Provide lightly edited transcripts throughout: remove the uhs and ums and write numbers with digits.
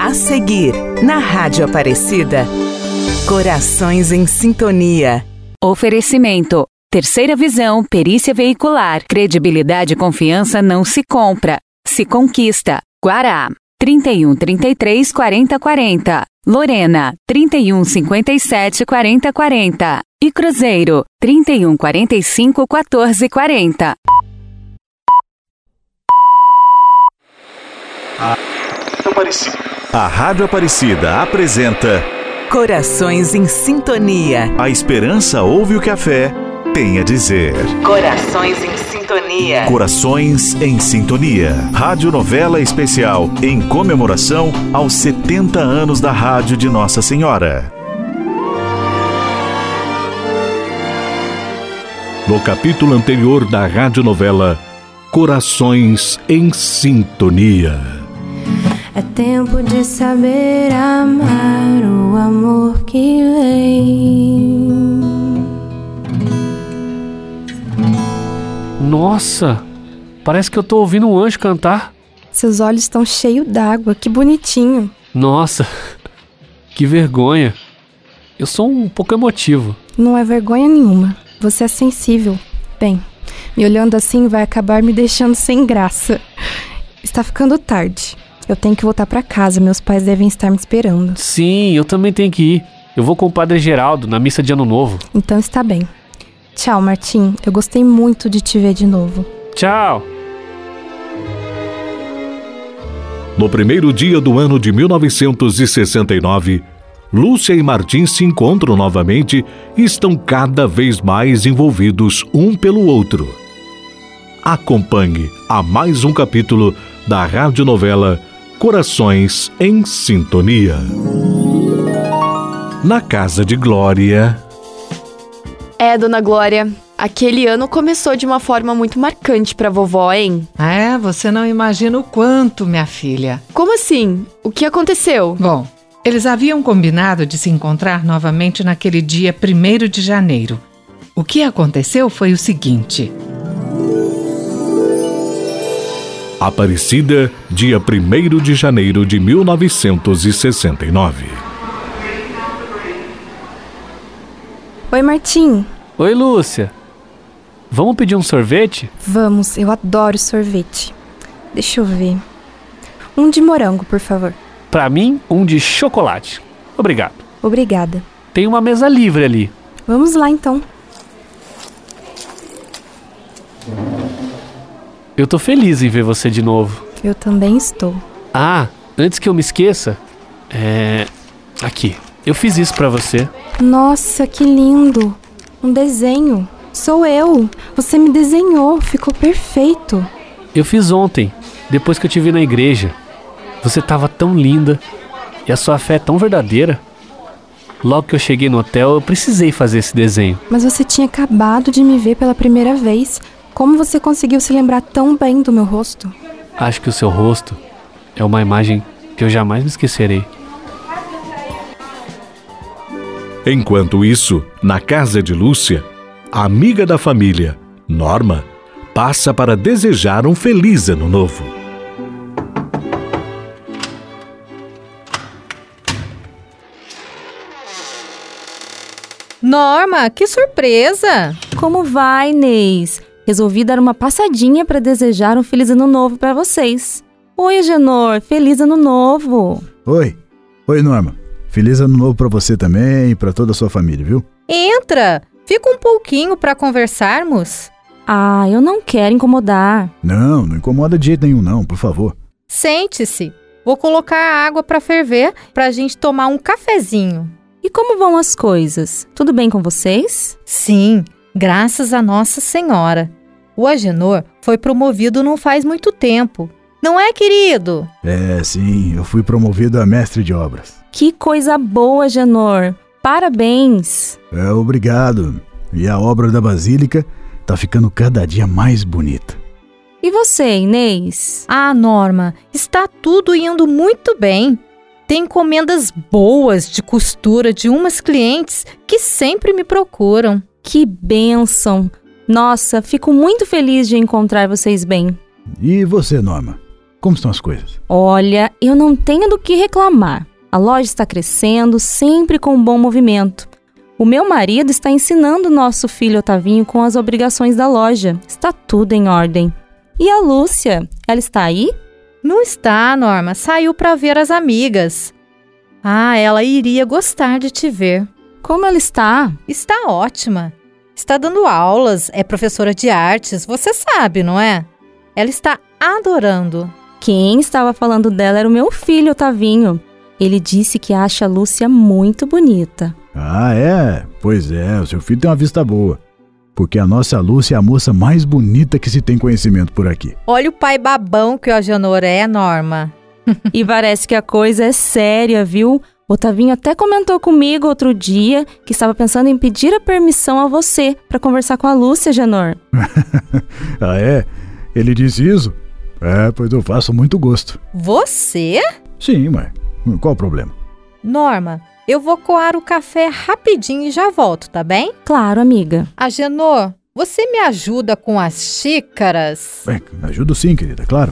A seguir, na Rádio Aparecida, Corações em Sintonia. Oferecimento. Terceira Visão, perícia veicular. Credibilidade e confiança não se compra, se conquista. Guará, 3133 4040. Lorena, 3157 4040. E Cruzeiro, 3145 1440. A Rádio Aparecida apresenta Corações em Sintonia. A esperança ouve o que a fé tem a dizer. Corações em Sintonia. Corações em Sintonia. Radionovela especial em comemoração aos 70 anos da Rádio de Nossa Senhora. No capítulo anterior da radionovela Corações em Sintonia. É tempo de saber amar o amor que vem. Nossa, parece que eu tô ouvindo um anjo cantar. Seus olhos estão cheios d'água, que bonitinho. Nossa, que vergonha. Eu sou um pouco emotivo. Não é vergonha nenhuma, você é sensível. Bem, me olhando assim vai acabar me deixando sem graça. Está ficando tarde. Eu tenho que voltar pra casa, meus pais devem estar me esperando. Sim, eu também tenho que ir. Eu vou com o Padre Geraldo na missa de Ano Novo. Então está bem. Tchau, Martim. Eu gostei muito de te ver de novo. Tchau! No primeiro dia do ano de 1969, Lúcia e Martim se encontram novamente e estão cada vez mais envolvidos um pelo outro. Acompanhe a mais um capítulo da radionovela Corações em Sintonia. Na casa de Glória... Dona Glória, aquele ano começou de uma forma muito marcante pra vovó, hein? Você não imagina o quanto, minha filha. Como assim? O que aconteceu? Bom, eles haviam combinado de se encontrar novamente naquele dia 1º de janeiro. O que aconteceu foi o seguinte... Aparecida, dia 1º de janeiro de 1969. Oi, Martim. Oi, Lúcia. Vamos pedir um sorvete? Vamos, eu adoro sorvete. Deixa eu ver. Um de morango, por favor. Pra mim, um de chocolate. Obrigado. Obrigada. Tem uma mesa livre ali. Vamos lá, então. Eu tô feliz em ver você de novo. Eu também estou. Antes que eu me esqueça, aqui, eu fiz isso pra você. Nossa, que lindo. Um desenho. Sou eu. Você me desenhou, ficou perfeito. Eu fiz ontem, depois que eu te vi na igreja. Você tava tão linda e a sua fé é tão verdadeira. Logo que eu cheguei no hotel, eu precisei fazer esse desenho. Mas você tinha acabado de me ver pela primeira vez. Como você conseguiu se lembrar tão bem do meu rosto? Acho que o seu rosto é uma imagem que eu jamais me esquecerei. Enquanto isso, na casa de Lúcia, a amiga da família, Norma, passa para desejar um feliz ano novo. Norma, que surpresa! Como vai, Inês? Resolvi dar uma passadinha para desejar um feliz ano novo para vocês. Oi, Agenor, feliz ano novo. Oi, Norma. Feliz ano novo para você também e para toda a sua família, viu? Entra, fica um pouquinho para conversarmos. Eu não quero incomodar. Não incomoda de jeito nenhum não, por favor. Sente-se, vou colocar a água para ferver pra gente tomar um cafezinho. E como vão as coisas? Tudo bem com vocês? Sim, graças a Nossa Senhora. O Agenor foi promovido não faz muito tempo. Não é, querido? Sim, eu fui promovido a mestre de obras. Que coisa boa, Agenor. Parabéns. Obrigado. E a obra da Basílica tá ficando cada dia mais bonita. E você, Inês? Norma, está tudo indo muito bem. Tem encomendas boas de costura de umas clientes que sempre me procuram. Que bênção! Nossa, fico muito feliz de encontrar vocês bem. E você, Norma? Como estão as coisas? Olha, eu não tenho do que reclamar. A loja está crescendo, sempre com um bom movimento. O meu marido está ensinando nosso filho Otavinho com as obrigações da loja. Está tudo em ordem. E a Lúcia? Ela está aí? Não está, Norma. Saiu para ver as amigas. Ela iria gostar de te ver. Como ela está? Está ótima. Está dando aulas, é professora de artes, você sabe, não é? Ela está adorando. Quem estava falando dela era o meu filho, Otavinho. Ele disse que acha a Lúcia muito bonita. Ah, é? Pois é, o seu filho tem uma vista boa. Porque a nossa Lúcia é a moça mais bonita que se tem conhecimento por aqui. Olha o pai babão que o Agenor é, Norma. E parece que a coisa é séria, viu? O Otavinho até comentou comigo outro dia que estava pensando em pedir a permissão a você para conversar com a Lúcia, Agenor. Ah, é? Ele disse isso? É, pois eu faço muito gosto. Você? Sim, mas qual o problema? Norma, eu vou coar o café rapidinho e já volto, tá bem? Claro, amiga. Agenor, você me ajuda com as xícaras? Bem, ajudo sim, querida, claro.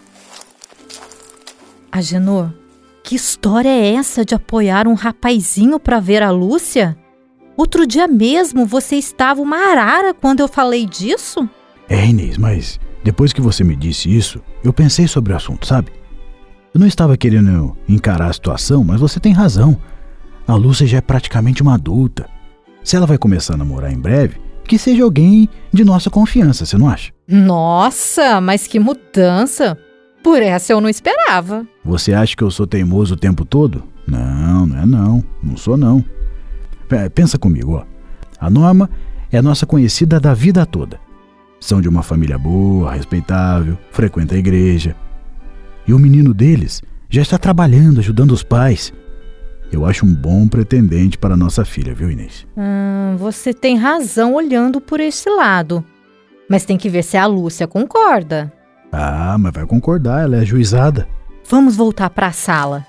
Agenor, que história é essa de apoiar um rapazinho para ver a Lúcia? Outro dia mesmo você estava uma arara quando eu falei disso? É, Inês, mas depois que você me disse isso, eu pensei sobre o assunto, sabe? Eu não estava querendo encarar a situação, mas você tem razão. A Lúcia já é praticamente uma adulta. Se ela vai começar a namorar em breve, que seja alguém de nossa confiança, você não acha? Nossa, mas que mudança! Por essa eu não esperava. Você acha que eu sou teimoso o tempo todo? Não, não é não. Não sou não. Pensa comigo, ó. A Norma é a nossa conhecida da vida toda. São de uma família boa, respeitável, frequenta a igreja. E o menino deles já está trabalhando, ajudando os pais. Eu acho um bom pretendente para a nossa filha, viu, Inês? Você tem razão olhando por esse lado. Mas tem que ver se a Lúcia concorda. Ah, mas vai concordar, ela é ajuizada. Vamos voltar para a sala.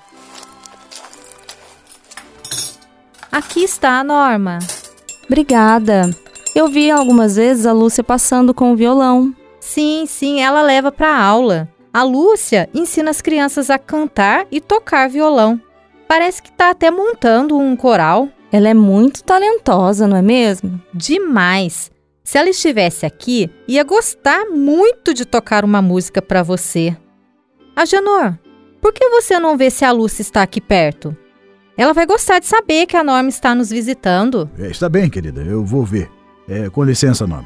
Aqui está a Norma. Obrigada. Eu vi algumas vezes a Lúcia passando com o violão. Sim, ela leva para a aula. A Lúcia ensina as crianças a cantar e tocar violão. Parece que está até montando um coral. Ela é muito talentosa, não é mesmo? Demais. Se ela estivesse aqui, ia gostar muito de tocar uma música para você. Agenor, por que você não vê se a Lúcia está aqui perto? Ela vai gostar de saber que a Norma está nos visitando. Está bem, querida, eu vou ver. Com licença, Norma.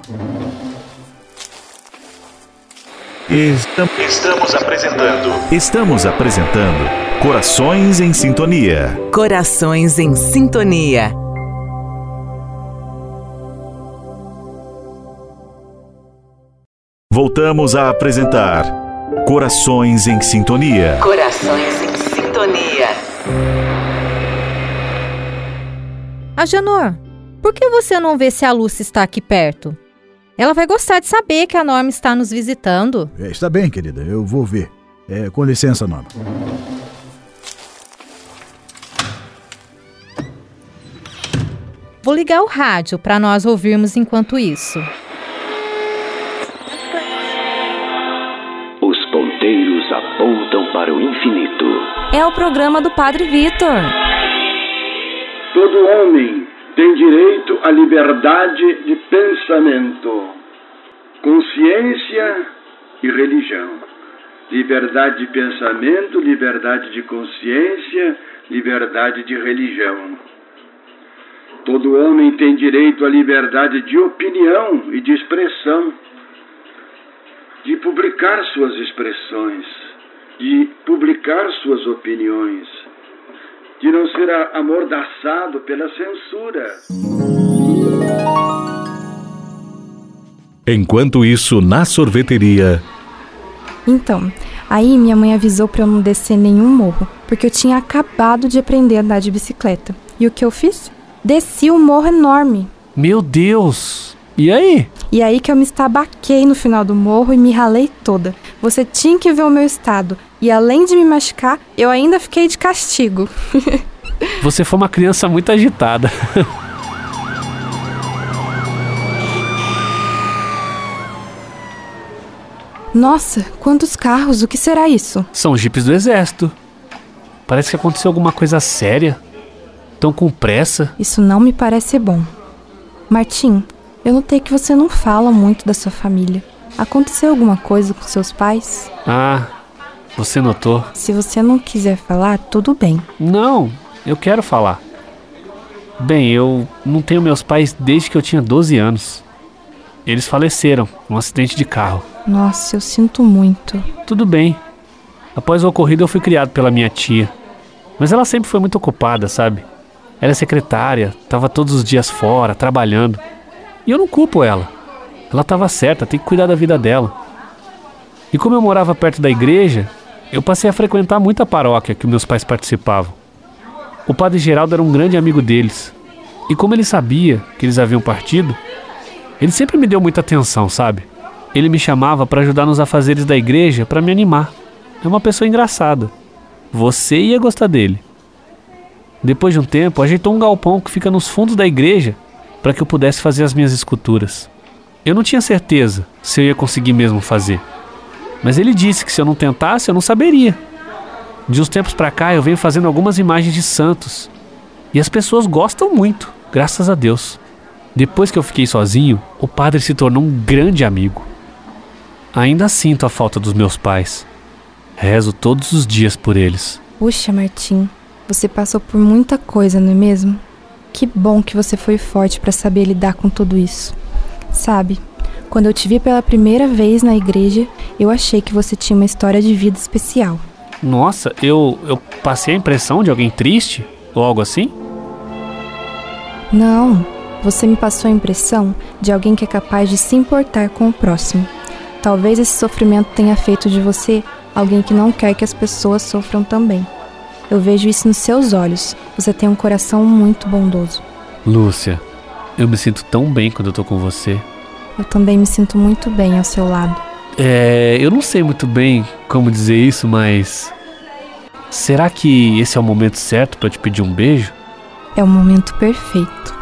Estamos apresentando Corações em Sintonia. Corações em Sintonia. Voltamos a apresentar Corações em Sintonia. Corações em Sintonia. Agenor, por que você não vê se a Lúcia está aqui perto? Ela vai gostar de saber que a Norma está nos visitando. Está bem, querida, eu vou ver. Com licença, Norma. Vou ligar o rádio para nós ouvirmos enquanto isso. Os ponteiros apontam para o infinito. É o programa do Padre Vitor. Todo homem tem direito à liberdade de pensamento, consciência e religião. Liberdade de pensamento, liberdade de consciência, liberdade de religião. Todo homem tem direito à liberdade de opinião e de expressão, de publicar suas expressões, de publicar suas opiniões, de não ser amordaçado pela censura. Enquanto isso, na sorveteria... Então, aí minha mãe avisou pra eu não descer nenhum morro, porque eu tinha acabado de aprender a andar de bicicleta. E o que eu fiz? Desci um morro enorme. Meu Deus! E aí? E aí que eu me estabaquei no final do morro e me ralei toda. Você tinha que ver o meu estado. E além de me machucar, eu ainda fiquei de castigo. Você foi uma criança muito agitada. Nossa, quantos carros, o que será isso? São jipes do exército. Parece que aconteceu alguma coisa séria. Tão com pressa. Isso não me parece bom. Martim, eu notei que você não fala muito da sua família. Aconteceu alguma coisa com seus pais? Ah, você notou. Se você não quiser falar, tudo bem. Não, eu quero falar. Bem, eu não tenho meus pais desde que eu tinha 12 anos. Eles faleceram num acidente de carro. Nossa, eu sinto muito. Tudo bem. Após o ocorrido eu fui criado pela minha tia. Mas ela sempre foi muito ocupada, sabe? Ela é secretária, estava todos os dias fora, trabalhando. E eu não culpo ela. Ela estava certa, tem que cuidar da vida dela. E como eu morava perto da igreja, eu passei a frequentar muita paróquia que meus pais participavam. O padre Geraldo era um grande amigo deles. E como ele sabia que eles haviam partido, ele sempre me deu muita atenção, sabe? Ele me chamava para ajudar nos afazeres da igreja para me animar. É uma pessoa engraçada. Você ia gostar dele. Depois de um tempo, ajeitou um galpão que fica nos fundos da igreja para que eu pudesse fazer as minhas esculturas. Eu não tinha certeza se eu ia conseguir mesmo fazer. Mas ele disse que se eu não tentasse, eu não saberia. De uns tempos pra cá, eu venho fazendo algumas imagens de santos. E as pessoas gostam muito, graças a Deus. Depois que eu fiquei sozinho, o padre se tornou um grande amigo. Ainda sinto a falta dos meus pais. Rezo todos os dias por eles. Puxa, Martim, você passou por muita coisa, não é mesmo? Que bom que você foi forte pra saber lidar com tudo isso. Sabe, quando eu te vi pela primeira vez na igreja, eu achei que você tinha uma história de vida especial. Nossa, eu passei a impressão de alguém triste? Ou algo assim? Não, você me passou a impressão de alguém que é capaz de se importar com o próximo. Talvez esse sofrimento tenha feito de você alguém que não quer que as pessoas sofram também. Eu vejo isso nos seus olhos. Você tem um coração muito bondoso. Lúcia, eu me sinto tão bem quando eu tô com você. Eu também me sinto muito bem ao seu lado. Eu não sei muito bem como dizer isso, mas... será que esse é o momento certo pra eu te pedir um beijo? É o momento perfeito.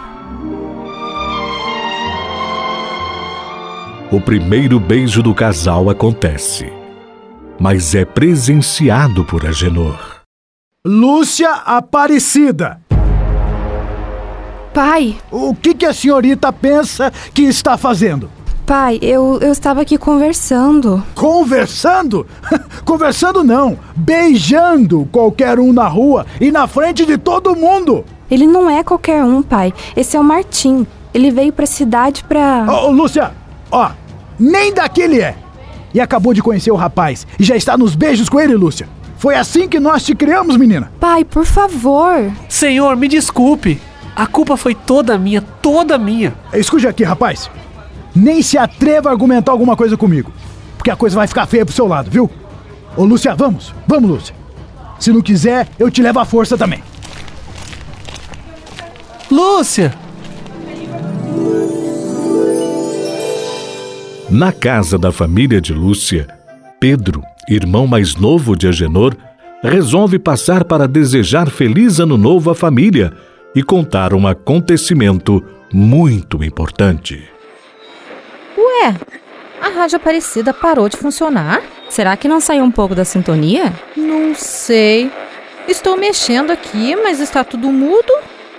O primeiro beijo do casal acontece, mas é presenciado por Agenor. Lúcia Aparecida! Pai! O que a senhorita pensa que está fazendo? Pai, eu estava aqui conversando. Conversando? Conversando não, beijando qualquer um na rua e na frente de todo mundo. Ele não é qualquer um, pai. Esse é o Martim. Ele veio pra cidade pra... Ô, Lúcia, ó, nem daqui ele é. E acabou de conhecer o rapaz e já está nos beijos com ele, Lúcia. Foi assim que nós te criamos, menina. Pai, por favor. Senhor, me desculpe. A culpa foi toda minha, toda minha. Escute aqui, rapaz. Nem se atreva a argumentar alguma coisa comigo, porque a coisa vai ficar feia pro seu lado, viu? Ô, Lúcia, vamos, Lúcia. Se não quiser, eu te levo à força também. Lúcia! Na casa da família de Lúcia, Pedro, irmão mais novo de Agenor, resolve passar para desejar feliz ano novo à família e contar um acontecimento muito importante. Ué, a Rádio Aparecida parou de funcionar? Será que não saiu um pouco da sintonia? Não sei. Estou mexendo aqui, mas está tudo mudo.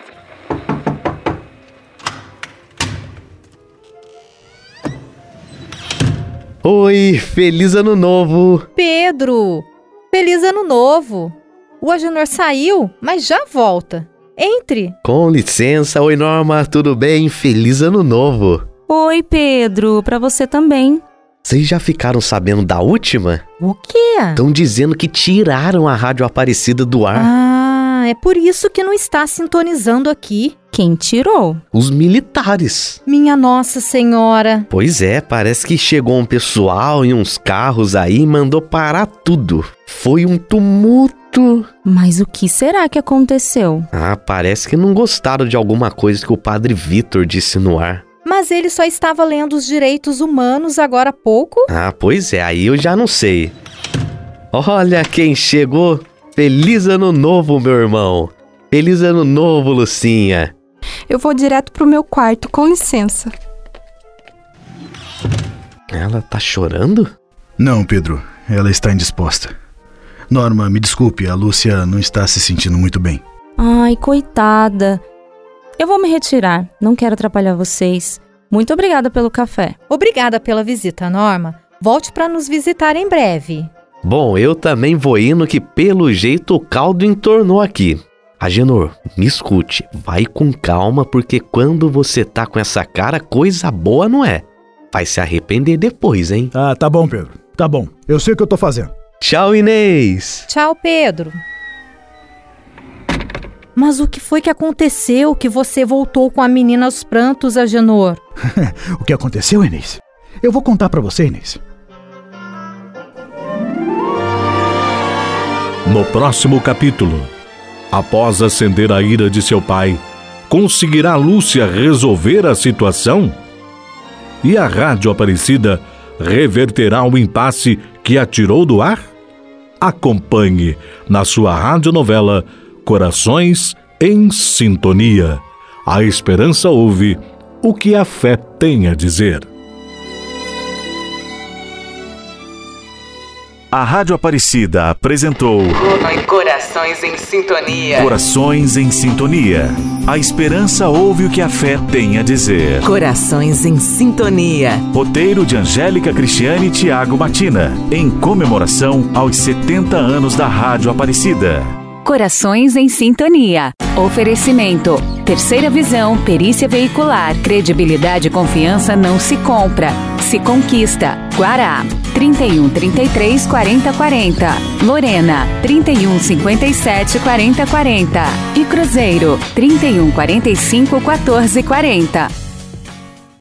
Oi, feliz ano novo! Pedro, feliz ano novo! O Agenor saiu, mas já volta. Entre! Com licença, oi Norma, tudo bem? Feliz ano novo! Oi, Pedro, pra você também. Vocês já ficaram sabendo da última? O quê? Estão dizendo que tiraram a Rádio Aparecida do ar. Ah, é por isso que não está sintonizando aqui. Quem tirou? Os militares. Minha Nossa Senhora. Pois é, parece que chegou um pessoal e uns carros aí e mandou parar tudo. Foi um tumulto. Mas o que será que aconteceu? Ah, parece que não gostaram de alguma coisa que o Padre Vitor disse no ar. Mas ele só estava lendo os direitos humanos agora há pouco? Ah, pois é, aí eu já não sei. Olha quem chegou. Feliz ano novo, meu irmão. Feliz ano novo, Lucinha. Eu vou direto pro meu quarto, com licença. Ela tá chorando? Não, Pedro. Ela está indisposta. Norma, me desculpe, a Lúcia não está se sentindo muito bem. Ai, coitada. Eu vou me retirar. Não quero atrapalhar vocês. Muito obrigada pelo café. Obrigada pela visita, Norma. Volte para nos visitar em breve. Bom, eu também vou indo que pelo jeito o caldo entornou aqui. Agenor, me escute, vai com calma porque quando você tá com essa cara, coisa boa não é. Vai se arrepender depois, hein? Ah, tá bom, Pedro. Tá bom. Eu sei o que eu tô fazendo. Tchau, Inês. Tchau, Pedro. Mas o que foi que aconteceu que você voltou com a menina aos prantos, Agenor? O que aconteceu, Inês? Eu vou contar pra você, Inês. No próximo capítulo, após acender a ira de seu pai, conseguirá Lúcia resolver a situação? E a Rádio Aparecida reverterá o impasse que a tirou do ar? Acompanhe na sua radionovela Corações em Sintonia. A esperança ouve o que a fé tem a dizer. A Rádio Aparecida apresentou Corações em Sintonia. Corações em Sintonia. A esperança ouve o que a fé tem a dizer. Corações em Sintonia. Roteiro de Angélica Cristiane e Tiago Matina, em comemoração aos 70 anos da Rádio Aparecida. Corações em Sintonia. Oferecimento. Terceira Visão, perícia veicular. Credibilidade e confiança não se compra, se conquista. Guará, 31 33 40 40. Lorena, 31 57 40 40. E Cruzeiro, 31 45 14 40.